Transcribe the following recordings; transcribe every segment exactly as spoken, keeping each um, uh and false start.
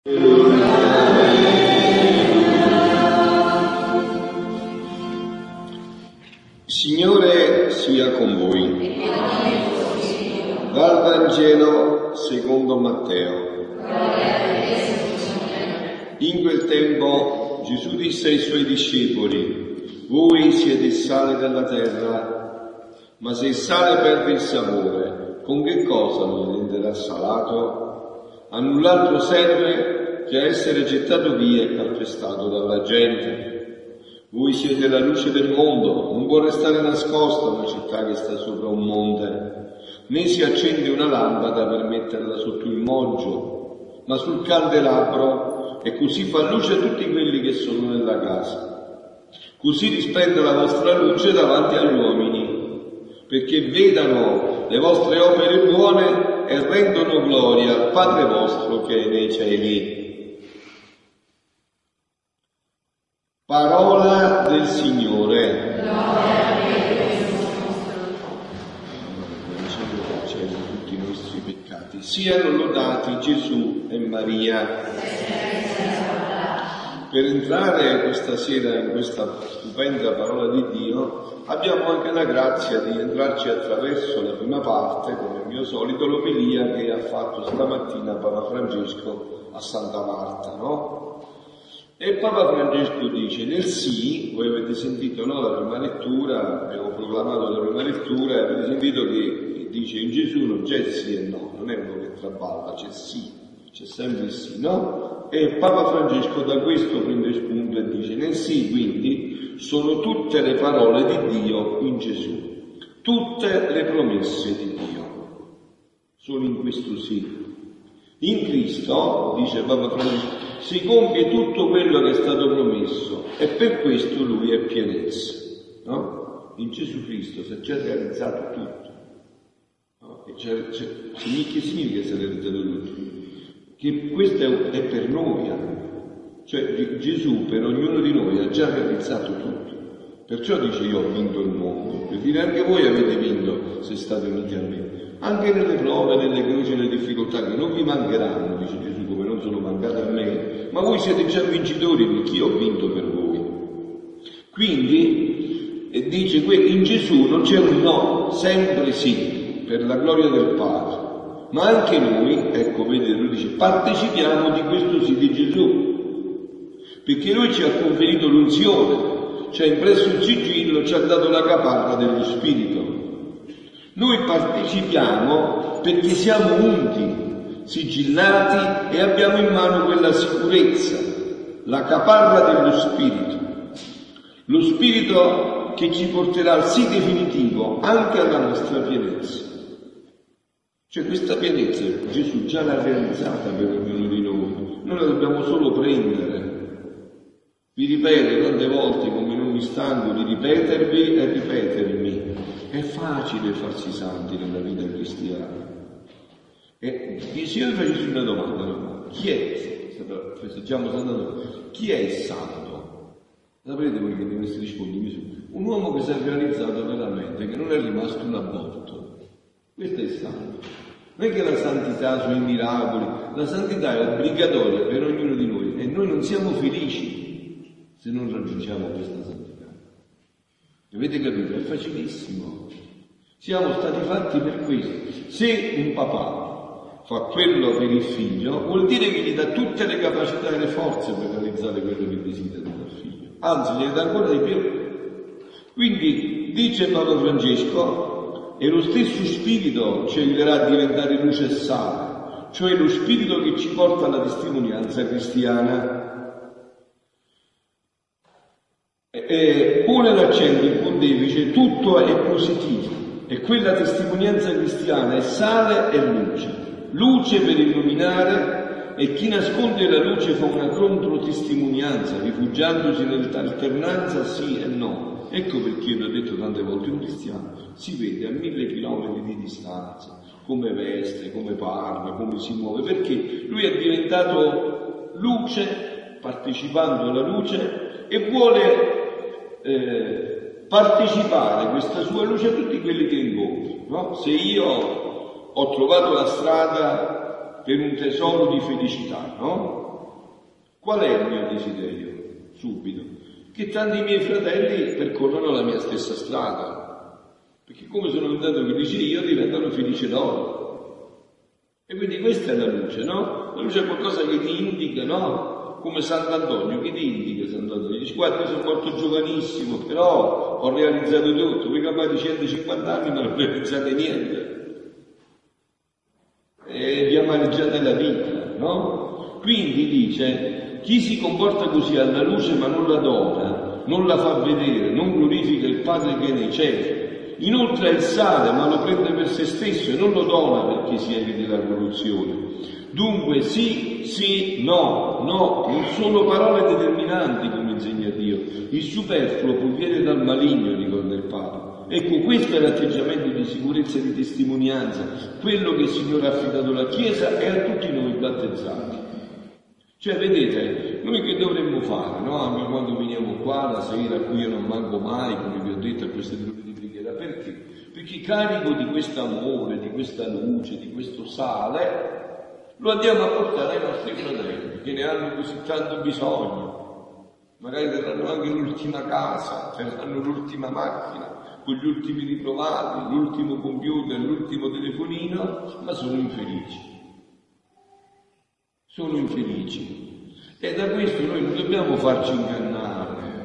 Signore sia con voi. Dal Vangelo secondo Matteo. In quel tempo Gesù disse ai suoi discepoli: voi siete il sale della terra, ma se il sale perde il sapore, con che cosa lo renderà salato? A null'altro serve che a essere gettato via e calpestato dalla gente. Voi siete la luce del mondo, non può restare nascosta una città che sta sopra un monte, né si accende una lampada per metterla sotto il moggio, ma sul candelabro, e così fa luce a tutti quelli che sono nella casa. Così risplenda la vostra luce davanti agli uomini, perché vedano le vostre opere buone e rendono gloria al Padre vostro che è nei cieli. Parola del Signore. Cancelli tutti i nostri peccati. Siano lodati Gesù e Maria. Per entrare questa sera in questa stupenda parola di Dio abbiamo anche la grazia di entrarci attraverso la prima parte, come al mio solito, l'omelia che ha fatto stamattina Papa Francesco a Santa Marta, no? E Papa Francesco dice nel sì, voi avete sentito, no, la prima lettura, abbiamo proclamato la prima lettura e avete sentito che dice in Gesù non c'è sì e no, non è uno che traballa, c'è sì, c'è sempre il sì, no? E Papa Francesco da questo prende spunto e dice nel sì quindi sono tutte le parole di Dio in Gesù, tutte le promesse di Dio sono in questo sì. In Cristo, dice Papa Francesco, si compie tutto quello che è stato promesso e per questo Lui è pienezza, no? In Gesù Cristo si è già realizzato tutto, no? E c'è, c'è, che significa essere realizzato tutto? Che questo è, è per noi, cioè Gesù per ognuno di noi ha già realizzato tutto, perciò dice io ho vinto il mondo, per dire anche voi avete vinto se state uniti a me, anche nelle prove, nelle croci, nelle difficoltà che non vi mancheranno, dice Gesù, come non sono mancate a me, ma voi siete già vincitori perché io ho vinto per voi. Quindi e dice in Gesù non c'è un no, sempre sì, per la gloria del Padre. Ma anche noi, ecco, vedete, lui dice, partecipiamo di questo sì di Gesù, perché lui ci ha conferito l'unzione, ci ha impresso il sigillo, ci ha dato la caparra dello Spirito. Noi partecipiamo perché siamo unti, sigillati e abbiamo in mano quella sicurezza, la caparra dello Spirito. Lo Spirito che ci porterà al sì definitivo anche alla nostra pienezza. Cioè questa pienezza Gesù già l'ha realizzata per ognuno di noi, noi la dobbiamo solo prendere. Vi ripeto tante volte, come non mi stanco di ripetervi e ripetermi, è facile farsi santi nella vita cristiana. E se io vi facessi una domanda, no? Chi è, festeggiamo Santa Domenica, chi è il santo? Saprete voi che dovreste rispondere? Un uomo che si è realizzato veramente, che non è rimasto un aborto. Questo è il santo. Non è che la santità sui miracoli, la santità è obbligatoria per ognuno di noi e noi non siamo felici se non raggiungiamo questa santità. Avete capito? È facilissimo. Siamo stati fatti per questo. Se un papà fa quello per il figlio, vuol dire che gli dà tutte le capacità e le forze per realizzare quello che desidera dal figlio. Anzi, gliene dà ancora di più. Quindi, dice Papa Francesco, e lo stesso Spirito ci aiuterà a diventare luce e sale, cioè lo Spirito che ci porta alla testimonianza cristiana. E, e pone l'accento il pontefice, tutto è positivo, e quella testimonianza cristiana è sale e luce, luce per illuminare, e chi nasconde la luce fa una controtestimonianza, rifugiandosi nell'alternanza sì e no. Ecco perché io ho detto tante volte, un cristiano si vede a mille chilometri di distanza, come veste, come parla, come si muove, perché lui è diventato luce, partecipando alla luce, e vuole eh, partecipare questa sua luce a tutti quelli che incontri, no? Se io ho trovato la strada per un tesoro di felicità, no? Qual è il mio desiderio? Subito. Che tanti miei fratelli percorrono la mia stessa strada. Perché come sono diventato felice io, diventano felice loro. E quindi questa è la luce, no? La luce è qualcosa che ti indica, no? Come Sant'Antonio, che ti indica Sant'Antonio? Dici, guarda, io sono morto giovanissimo, però ho realizzato tutto. Voi capaci di centocinquanta anni non realizzate niente. E vi amareggiate la vita, no? Quindi dice... Chi si comporta così alla luce ma non l'adora, non la fa vedere, non glorifica il Padre che è nei cieli. Inoltre è il sale ma lo prende per se stesso e non lo dona perché si eviti la corruzione. Dunque sì, sì, no, no, non sono parole determinanti come insegna Dio. Il superfluo proviene dal maligno, ricorda il Papa. Ecco, questo è l'atteggiamento di sicurezza e di testimonianza, quello che il Signore ha affidato alla Chiesa e a tutti noi battezzati. Cioè, vedete, noi che dovremmo fare, no? Anche quando veniamo qua la sera, a cui io non manco mai, come vi ho detto, a queste gruppi di preghiera, perché? Perché carico di questo amore, di questa luce, di questo sale, lo andiamo a portare ai nostri fratelli, che ne hanno così tanto bisogno. Magari terranno anche l'ultima casa, terranno l'ultima macchina, con gli ultimi riprovati, l'ultimo computer, l'ultimo telefonino, ma sono infelici. Sono infelici. E da questo noi non dobbiamo farci ingannare,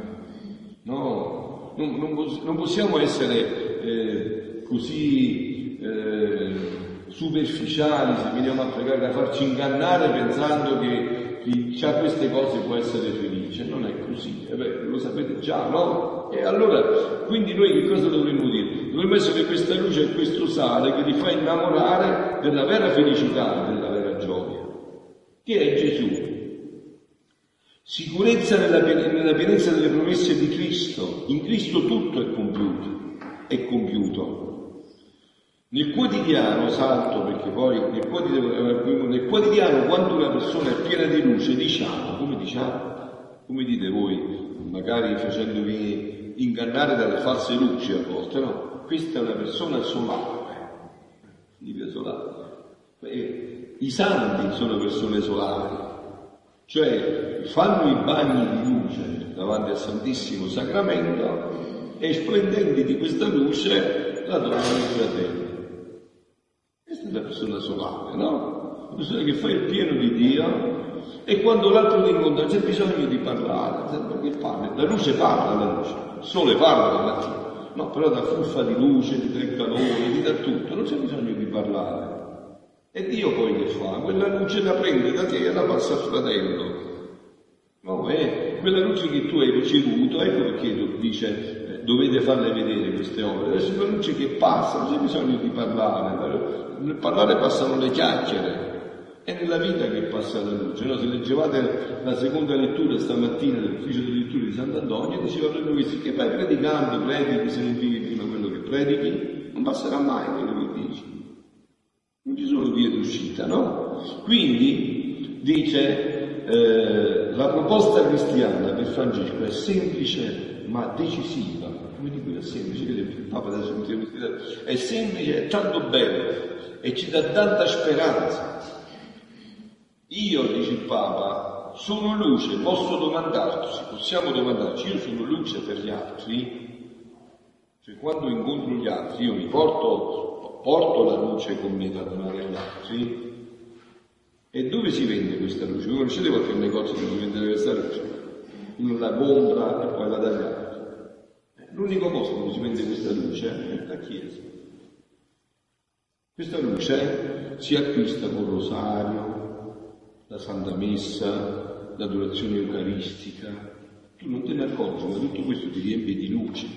no? Non, non, poss- non possiamo essere eh, così eh, superficiali se veniamo a pregare, da farci ingannare pensando che chi ha queste cose può essere felice. Non è così, eh beh, lo sapete già, no? E allora, quindi noi che cosa dovremmo dire? Dovremmo essere questa luce e questo sale che li fa innamorare della vera felicità, della vera gioia, che è Gesù. Sicurezza nella, nella pienezza delle promesse di Cristo. In Cristo tutto è compiuto, è compiuto. Nel quotidiano, salto perché poi nel quotidiano, nel quotidiano quando una persona è piena di luce, diciamo, come diciamo? Come dite voi, magari facendovi ingannare dalle false luci a volte, no? Questa è una persona solare, vive solare. E i santi sono persone solari, cioè fanno i bagni di luce davanti al Santissimo Sacramento e splendenti di questa luce la trovano i fratelli. Questa è la persona solare, no? La persona che fa il pieno di Dio e quando l'altro ti incontra c'è bisogno di parlare, perché parla, la luce parla, la luce, il sole parla la mattina, no, però da fuffa di luce, di tre calori, di da tutto, non c'è bisogno di parlare. E Dio poi che fa? Quella luce la prende da te e la passa al fratello. No, è quella luce che tu hai ricevuto, ecco perché dice eh, dovete farle vedere queste opere. Adesso è una luce che passa, non c'è bisogno di parlare, nel parlare passano le chiacchiere. È nella vita che passa la luce, no? Se leggevate la seconda lettura stamattina dell'ufficio di lettura di Sant'Antonio, diceva proprio questo, che vai predicando, predichi, se non vivi prima quello che predichi, non passerà mai quello che dici. Non ci sono vie d'uscita, no? Quindi, dice, eh, la proposta cristiana per Francesco è semplice ma decisiva. Come dico, è semplice, il Papa adesso è semplice, è tanto bello e ci dà tanta speranza. Io, dice il Papa, sono luce, posso domandarci, possiamo domandarci, io sono luce per gli altri, cioè quando incontro gli altri io mi porto, porto la luce con me da donare agli altri. E dove si vende questa luce? Voi conoscete qualche negozio che si vende questa luce? Uno la compra e poi la dà agli altri. L'unico posto dove si vende questa luce è la Chiesa. Questa luce si acquista con il rosario, la Santa Messa, l'adorazione eucaristica. Tu non te ne accorgi, ma tutto questo ti riempie di luce.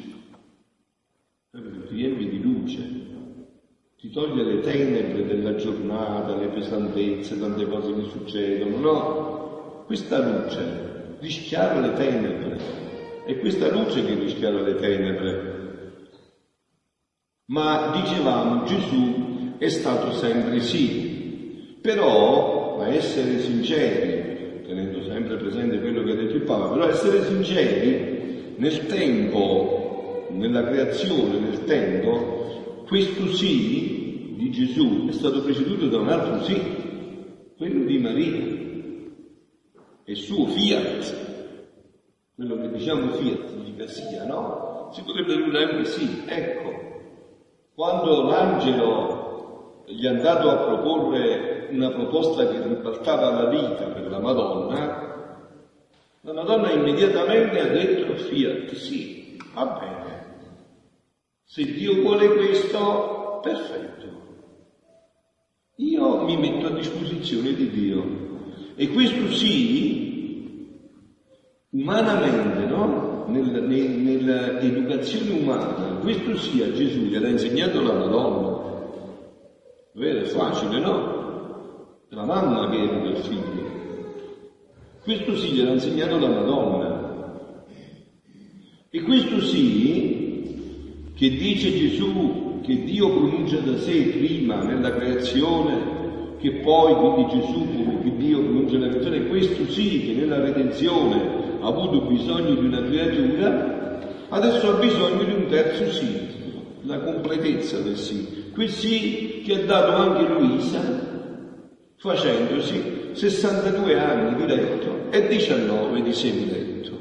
Ti riempie di luce. Ti toglie le tenebre della giornata, le pesantezze, tante cose che succedono. No, questa luce rischiara le tenebre. È questa luce che rischiara le tenebre. Ma dicevamo, Gesù è stato sempre sì. Però ma essere sinceri, tenendo sempre presente quello che ha detto il Papa, però essere sinceri nel tempo, nella creazione, nel tempo, questo sì di Gesù è stato preceduto da un altro sì. è suo, fiat. Quello che diciamo fiat significa sia, no? Si potrebbe dire anche sì, ecco. Quando l'angelo gli è andato a proporre una proposta che ribaltava la vita per la Madonna, la Madonna immediatamente ha detto fiat, sì, va bene. Se Dio vuole questo, perfetto. Io mi metto a disposizione di Dio. E questo sì, umanamente, no? Nel, nel, nell'educazione umana, questo sì a Gesù gliel'ha insegnato la Madonna. Vero? È facile, no? È la mamma che educa il figlio. Questo sì gliel'ha insegnato la Madonna. E questo sì, che dice Gesù, che Dio pronuncia da sé prima nella creazione, che poi quindi Gesù, che Dio pronuncia nella creazione, questo sì, che nella redenzione ha avuto bisogno di una creatura, adesso ha bisogno di un terzo sì, la completezza del sì. Quel sì che ha dato anche Luisa, facendosi sessantadue anni di letto e diciannove di semiletto.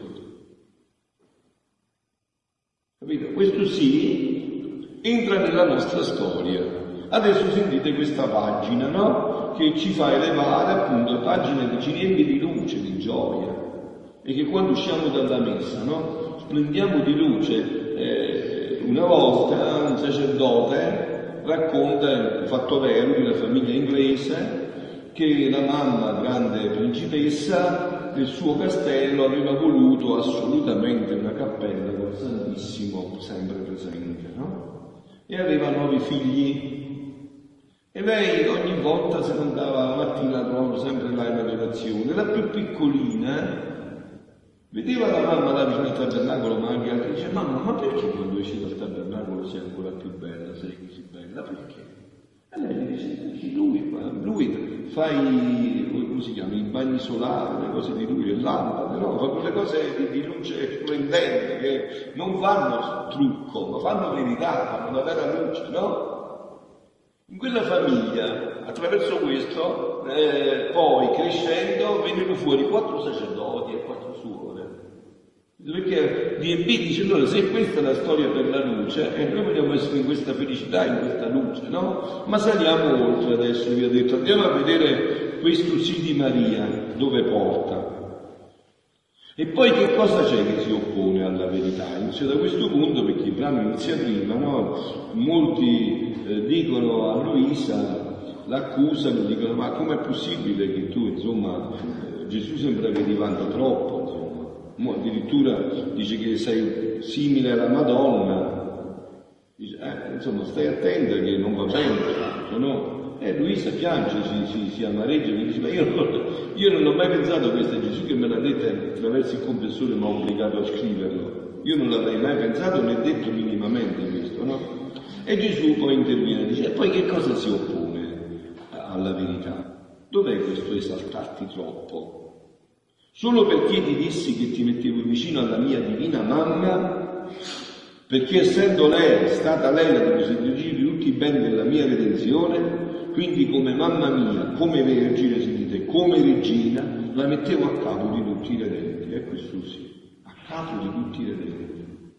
Capito? Questo sì entra nella nostra storia. Adesso sentite questa pagina, no? Che ci fa elevare, appunto, la pagina che ci riempie di luce, di gioia. E che quando usciamo dalla messa, no? Splendiamo di luce. Eh, una volta un sacerdote racconta il fatto vero di una famiglia inglese che la mamma, grande principessa, nel suo castello aveva voluto assolutamente una cappella col Santissimo sempre presente, no? E aveva nove figli. E lei ogni volta se ne andava la mattina, trovava sempre là in adorazione. La più piccolina vedeva la mamma là vicino al tabernacolo, ma anche altri, dice: mamma, ma perché quando esci dal tabernacolo sei ancora più bella, sei così bella? Perché? E lei mi dice: perché lui, lui fa i, come si chiama, i bagni solari, le cose di lui, le lampade, no? Fa quelle cose di, di luce splendente che non fanno trucco, ma fanno verità, fanno una vera luce, no? In quella famiglia, attraverso questo, eh, poi crescendo, vennero fuori quattro sacerdoti e quattro suore. Perché D e B dice: allora, se questa è la storia per la luce, e eh, noi vogliamo essere in questa felicità, in questa luce, no? Ma saliamo oltre adesso, vi ho detto, andiamo a vedere questo sì di Maria, dove porta. E poi che cosa c'è che si oppone alla verità? Inizio da questo punto, perché il brano inizia prima, no? Molti eh, dicono a Luisa, l'accusano, dicono: ma com'è possibile che tu, insomma, eh, Gesù sembra che ti vanta troppo, insomma. Mo addirittura dice che sei simile alla Madonna. Dice, eh, insomma, stai attenta che non va bene, no? E Luisa piange, si, si, si amareggia, mi dice: ma io non, io non ho mai pensato a questo Gesù che me l'ha detto attraverso il confessore, mi ha obbligato a scriverlo. Io non l'avrei mai pensato né detto minimamente questo, no? E Gesù poi interviene e dice: e poi che cosa si oppone alla verità? Dov'è questo esaltarti troppo? Solo perché ti dissi che ti mettevo vicino alla mia divina mamma, perché essendo lei, stata lei la depositrice di tutti i beni della mia redenzione, quindi come mamma mia, come vergine, si dite, come regina, la mettevo a capo di tutti i redenti. E questo sì, a capo di tutti i redenti,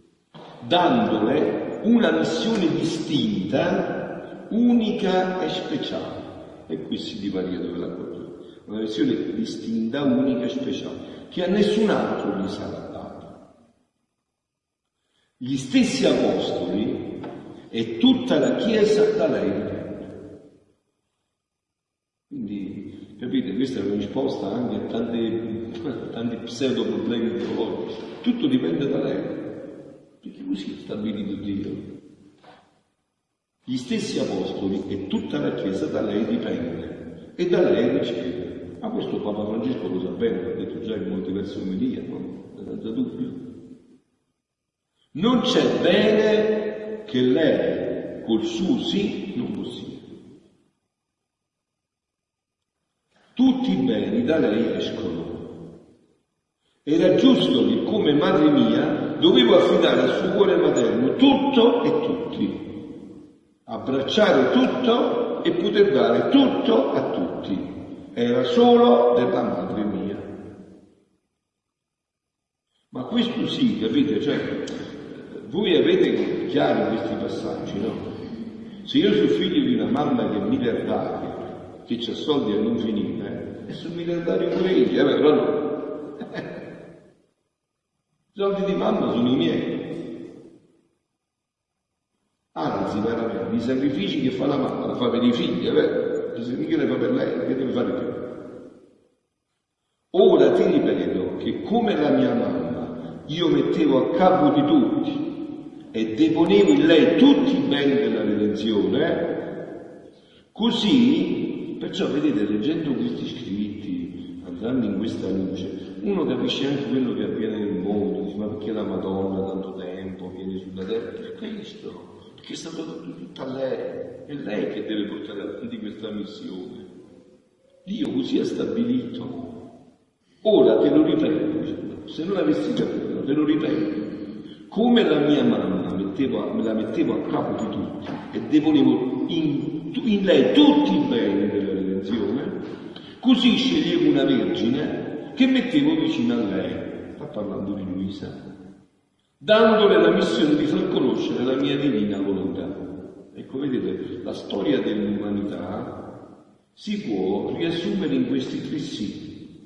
dandole una missione distinta, unica e speciale. E qui si divaria dove la cosa. Una missione distinta, unica e speciale, che a nessun altro gli sarà data. Gli stessi apostoli e tutta la Chiesa da lei dipende. Quindi, capite, questa è una risposta anche a tanti, a tanti pseudo problemi teologici. Tutto dipende da lei, perché così è stabilito Dio. Gli stessi apostoli e tutta la Chiesa da lei dipende e da lei riceve. Ma questo Papa Francesco lo sa bene, l'ha detto già in molte versi omelia, no? Senza dubbio. Non c'è bene che lei col suo sì non possiede. Tutti i beni da lei escono. Era giusto che come madre mia dovevo affidare al suo cuore materno tutto e tutti, abbracciare tutto e poter dare tutto a tutti. Era solo della madre mia. questo sì, capite? Cioè, voi avete chiari questi passaggi, no? Se io sono figlio di una mamma che è miliardaria, che ha soldi a non finire, e sono miliardario pure io, eh, però no. I soldi di mamma sono i miei. Anzi, veramente, i sacrifici che fa la mamma, la fa per i figli, è vero? Se mica le fa per lei, che deve fare più? Ora ti ripeto che come la mia mamma io mettevo a capo di tutti e deponevo in lei tutti i beni della redenzione, così, perciò vedete, leggendo questi scritti, andando in questa luce, uno capisce anche quello che avviene nel mondo, dice, ma perché la Madonna tanto tempo viene sulla terra? Per questo, perché è stato dato tutto a lei, è lei che deve portare avanti questa missione. Dio così ha stabilito. Ora te lo ripeto, se non l'avessi capito, te lo ripeto, come la mia mamma mettevo, me la mettevo a capo di tutti e deponevo in, in lei tutti i beni della redenzione, così sceglievo una vergine che mettevo vicino a lei, sta parlando di Luisa, dandole la missione di far conoscere la mia divina volontà. Ecco, vedete, la storia dell'umanità si può riassumere in questi tre sì.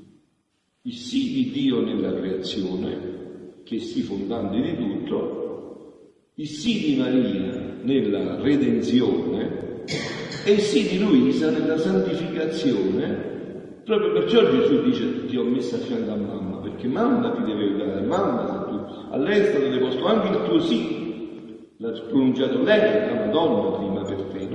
Il sì di Dio nella creazione, che è sì fondante di tutto, il sì di Maria nella redenzione e il sì di Luisa nella santificazione. Proprio perciò Gesù dice ti ho messo a fianco a mamma, perché mamma ti deve aiutare, mamma, tu, a lei è stato deposto anche il tuo sì, l'ha pronunciato lei, la Madonna prima per te,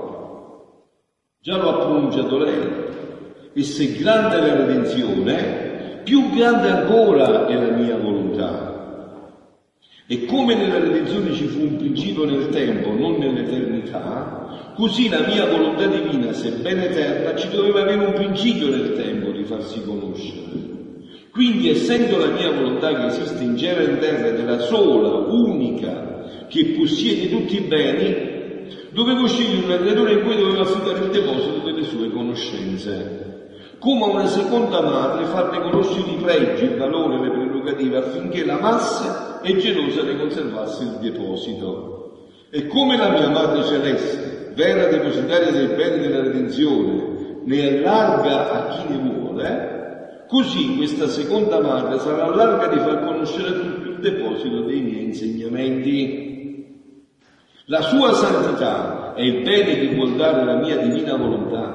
no? Già lo ha pronunciato lei. E se grande è la redenzione, più grande ancora è la mia volontà. E come nella redenzione ci fu un principio nel tempo, non nell'eternità, così la mia volontà divina, sebbene eterna, ci doveva avere un principio nel tempo di farsi conoscere. Quindi, essendo la mia volontà che esiste in cielo e in terra ed è la sola, unica, che possiede tutti i beni, dovevo scegliere una creatura in cui dovevo affidare il deposito delle sue conoscenze. Come una seconda madre farle conoscere i pregi, il valore, le prerogative, affinché la amasse e gelosa ne conservasse il deposito. E come la mia madre celeste, vera depositaria dei beni della redenzione, ne allarga a chi ne vuole, così questa seconda madre sarà larga di far conoscere a tutti il deposito dei miei insegnamenti. La sua santità è il bene che vuol dare la mia divina volontà.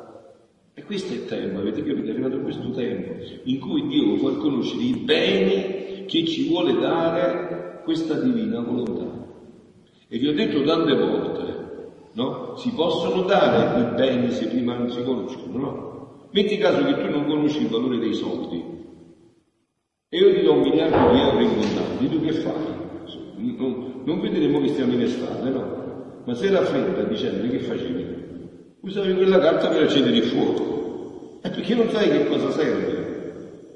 E questo è il tempo, avete capito? È arrivato questo tempo in cui Dio vuole far conoscere i beni che ci vuole dare questa divina volontà. E vi ho detto tante volte, no? Si possono dare i beni se prima non si conoscono, no? Metti caso che tu non conosci il valore dei soldi e io ti do un miliardo di euro in contanti, tu che fai? Non, non vedremo che stiamo in estate, no? Ma se era fredda a dicembre che facevi? Usavi quella carta per accendere il fuoco. È perché non sai che cosa serve.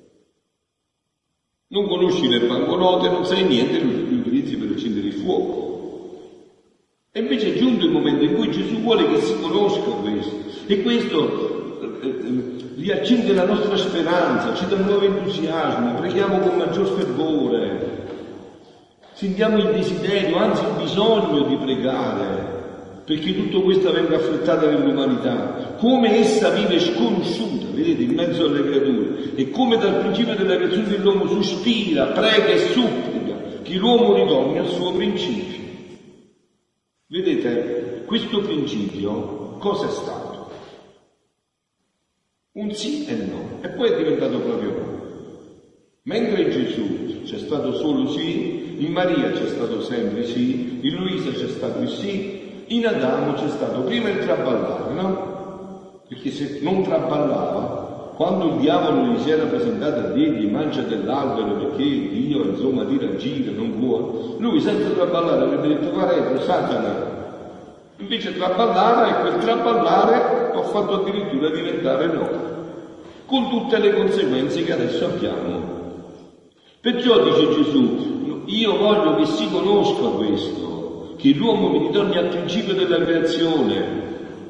Non conosci le banconote, non sai niente, li utilizzi per accendere il fuoco. E invece è giunto il momento in cui Gesù vuole che si conosca questo. E questo eh, eh, riaccende la nostra speranza, ci dà nuovo entusiasmo, preghiamo con maggior fervore. Sentiamo il desiderio, anzi il bisogno di pregare, perché tutto questo venga affrettato nell'umanità, come essa vive sconosciuta, vedete, in mezzo alle creature, e come dal principio della creazione dell'uomo sospira, prega e supplica che l'uomo ritorni al suo principio. Vedete, questo principio cosa è stato? Un sì e no, e poi è diventato proprio no. Mentre in Gesù c'è stato solo sì, in Maria c'è stato sempre sì, in Luisa c'è stato il sì, in Adamo c'è stato prima il traballare, no? Perché se non traballava, quando il diavolo gli si era presentato a dirgli mangia dell'albero perché Dio insomma ti raggira, non vuole, lui senza traballare avrebbe detto Pareto, Satana. Invece traballare e quel traballare l'ho fatto addirittura diventare no, con tutte le conseguenze che adesso abbiamo. Perciò dice Gesù, io voglio che si conosca questo, che l'uomo mi ritorni al principio della creazione,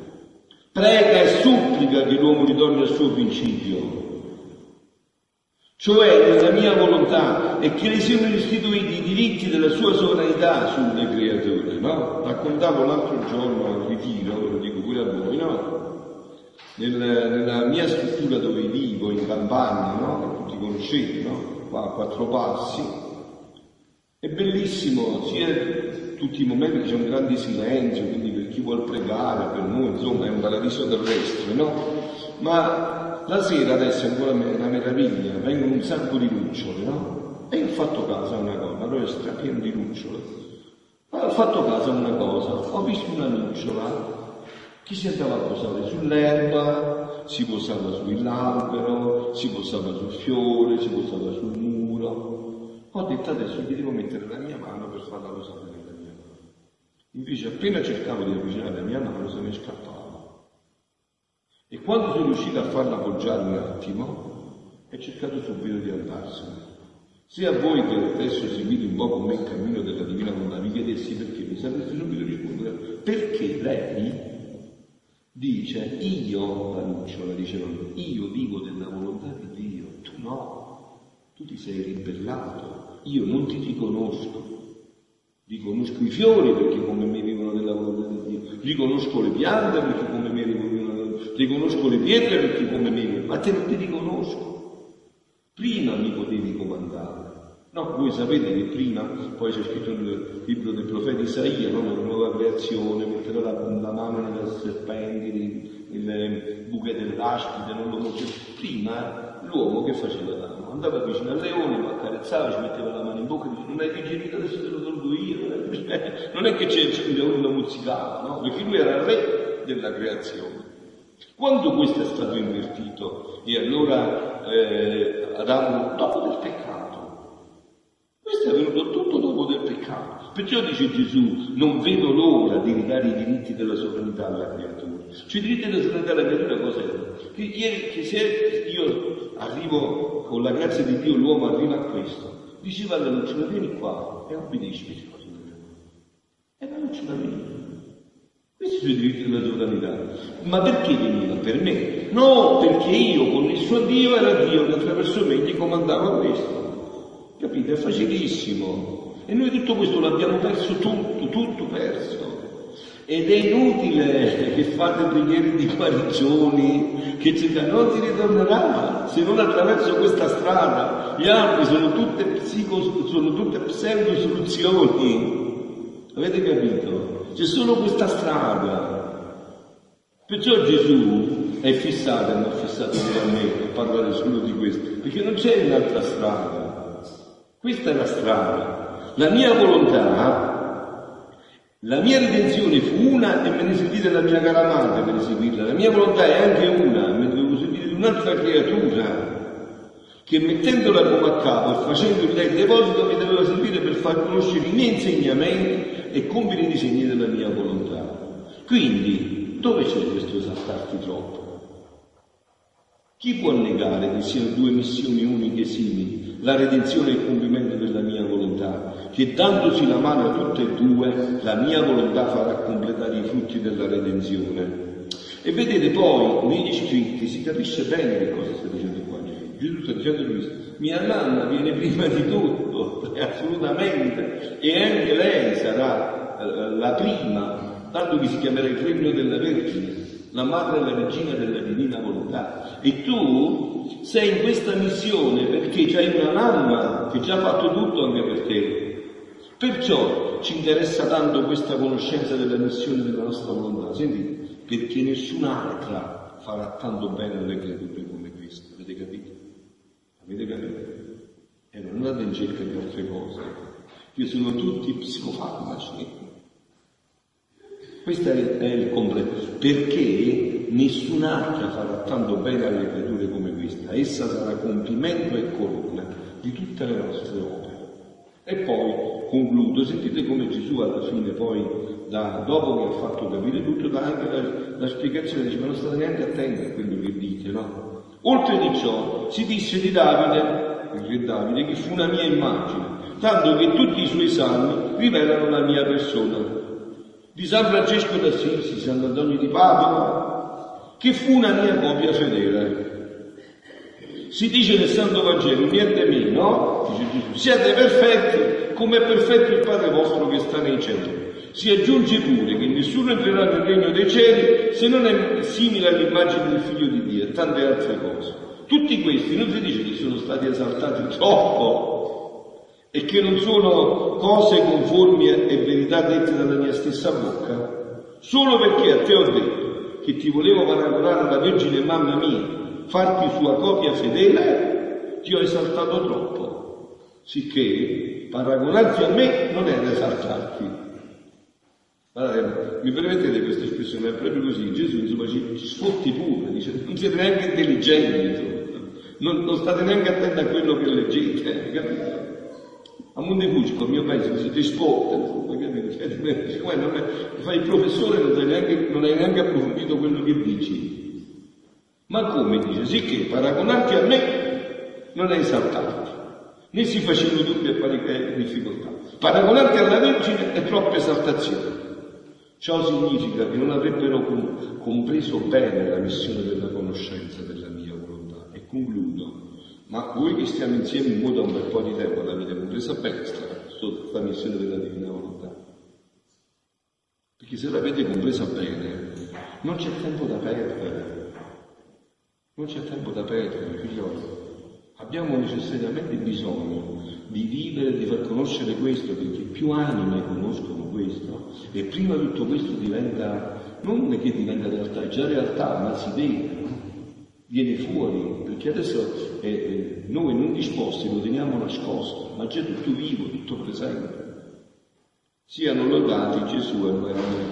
prega e supplica che l'uomo ritorni al suo principio. cioè nella mia volontà, e che ne siano istituiti i diritti della sua sovranità sulle creature, no? Raccontavo l'altro giorno al ritiro, ve lo dico pure a voi, no? Nel, nella mia struttura dove vivo, in campagna, no? Tutti conoscete, no? Qua a quattro passi. È bellissimo, sia tutti i momenti c'è un grande silenzio, quindi per chi vuol pregare, per noi insomma è un paradiso terrestre, no? Ma la sera adesso è ancora una meraviglia, vengono un sacco di lucciole, no? E io ho fatto caso a una cosa, allora è strapieno di lucciole. Ma ho fatto caso a una cosa, ho visto una lucciola che si andava a posare sull'erba, si posava sull'albero, si posava sul fiore, si posava sul muro. Ho detto adesso gli devo mettere la mia mano per farla posare nella mia mano. Invece appena cercavo di avvicinare la mia mano se ne scappava. E quando sono riuscito a farla appoggiare un attimo, è cercato subito di andarsene. Se a voi che adesso seguite un po' con me il cammino della Divina Volontà vi chiedessi perché, mi sapreste subito rispondere perché lei dice io, la lucciola diceva, io vivo della volontà di Dio, tu no, tu ti sei ribellato, io non ti riconosco. Riconosco i fiori perché come me vivono della volontà di Dio, riconosco le piante perché come me vivono, riconosco le pietre perché come me vivono, ma te non ti riconosco. Prima mi potevi comandare. No, voi sapete che prima, poi c'è scritto nel libro del profeta Isaia, no? Nella nuova creazione, metterò la, la mano nelle serpenti, nelle buche dell'aspide, non lo conoscevo. Prima l'uomo che faceva l'uomo? Andava vicino al leone, lo accarezzava, ci metteva la mano in bocca e diceva non hai digerito, adesso te lo tolgo io. Non è che c'è uno musicale, no? Perché lui era il re della creazione. Quando questo è stato invertito, e allora eh, Adamo, dopo del peccato, questo è venuto tutto dopo del peccato. Perciò dice Gesù, non vedo l'ora di ridare i diritti della sovranità alla creatura. Cioè i diritti della sovranità alla creatura cos'è? Che, ieri, che se io arrivo, con la grazia di Dio, l'uomo arriva a questo, diceva alla lucciola, vieni qua e obbedisci. E la lucciola viene. Questi sono i diritti della sovranità. Ma perché veniva? Per me? No, perché io con il suo Dio era Dio che attraverso me gli comandava questo. Capite? È facilissimo. E noi tutto questo l'abbiamo perso tutto, tutto perso. Ed è inutile che fate preghiere di guarigioni, che c'è, non si ritornerà se non attraverso questa strada. Gli altri sono tutte psico, sono tutte pseudo soluzioni. Avete capito? C'è solo questa strada. Perciò Gesù è fissato, non è fissato pure a me per parlare solo di questo, perché non c'è un'altra strada. Questa è la strada. La mia volontà, la mia redenzione fu una e me ne servite la mia cara madre per eseguirla. La mia volontà è anche una, me ne devo servire di un'altra creatura che mettendola come a capo e facendo in lei il deposito mi doveva servire per far conoscere i miei insegnamenti e compiere i disegni della mia volontà. Quindi, dove c'è questo esaltarti troppo? Chi può negare che siano due missioni uniche e simili, la redenzione e il compimento della mia volontà, che dandosi la mano a tutte e due, la mia volontà farà completare i frutti della redenzione. E vedete poi, negli scritti si capisce bene che cosa sta dicendo qua. Gesù sta dicendo questo, mia mamma viene prima di tutto, assolutamente, e anche lei sarà eh, la prima, tanto che si chiamerà il regno della Vergine, la madre e la regina della divina volontà. E tu sei in questa missione perché c'hai una mamma che ci ha fatto tutto anche per te. Perciò ci interessa tanto questa conoscenza della missione della nostra volontà. Sentite, perché nessun'altra farà tanto bene alle creature come questa. Avete capito? Avete capito? E non andate in cerca di altre cose, che sono tutti psicofarmaci. Questo è il completo, perché nessun'altra farà tanto bene alle creature come questa. Essa sarà compimento e corona di tutte le nostre opere. E poi concludo, sentite come Gesù alla fine poi, da, dopo che ha fatto capire tutto, dà anche la, la spiegazione, dice, ma non state neanche attenti a quello che dite, no? Oltre di ciò si disse di Davide, il re Davide, che fu una mia immagine, tanto che tutti i suoi salmi rivelano la mia persona. Di San Francesco d'Assisi, Sant'Antonio di Padova, che fu una mia copia fedele. Si dice nel Santo Vangelo, niente meno, dice Gesù, siate perfetti come è perfetto il Padre vostro che sta nei cieli. Si aggiunge pure che nessuno entrerà nel regno dei cieli se non è simile all'immagine del Figlio di Dio e tante altre cose. Tutti questi non si dice che sono stati esaltati troppo e che non sono cose conformi e verità dette dalla mia stessa bocca, solo perché a te ho detto che ti volevo paragonare alla Vergine mamma mia, farti sua copia fedele, ti ho esaltato troppo, sicché paragonarti a me non era esaltarti. Allora, mi permettete questa espressione, è proprio così, Gesù insomma ci, ci sfotti pure, dice, non siete neanche intelligenti, non, non state neanche attenti a quello che leggete, capito? A Montefusco, al mio paese, si ti sfotta, insomma, capito? Cioè, dice, non è, fai il professore, non hai, neanche, non hai neanche approfondito quello che dici. Ma come dice? Sicché paragonarti a me non è esaltarti, né si facendo dubbi e difficoltà. Paragonarti alla Vergine è troppa esaltazione. Ciò significa che non avrebbero compreso bene la missione della conoscenza della mia volontà. E concludo, ma voi che stiamo insieme in modo da un bel po' di tempo l'avete compresa bene questa missione della divina volontà. Perché se l'avete compresa bene, non c'è tempo da perdere. Non c'è tempo da perdere, figlioli. Abbiamo necessariamente bisogno di vivere, di far conoscere questo, perché più anime conoscono questo, e prima tutto questo diventa, non che diventa realtà, è già realtà, ma si vede, viene fuori, perché adesso eh, eh, noi non disposti lo teniamo nascosto, ma già tutto vivo, tutto presente. Siano lodati Gesù e Maria.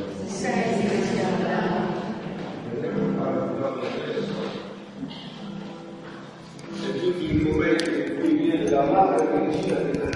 È giunto il momento in cui viene la madre Regina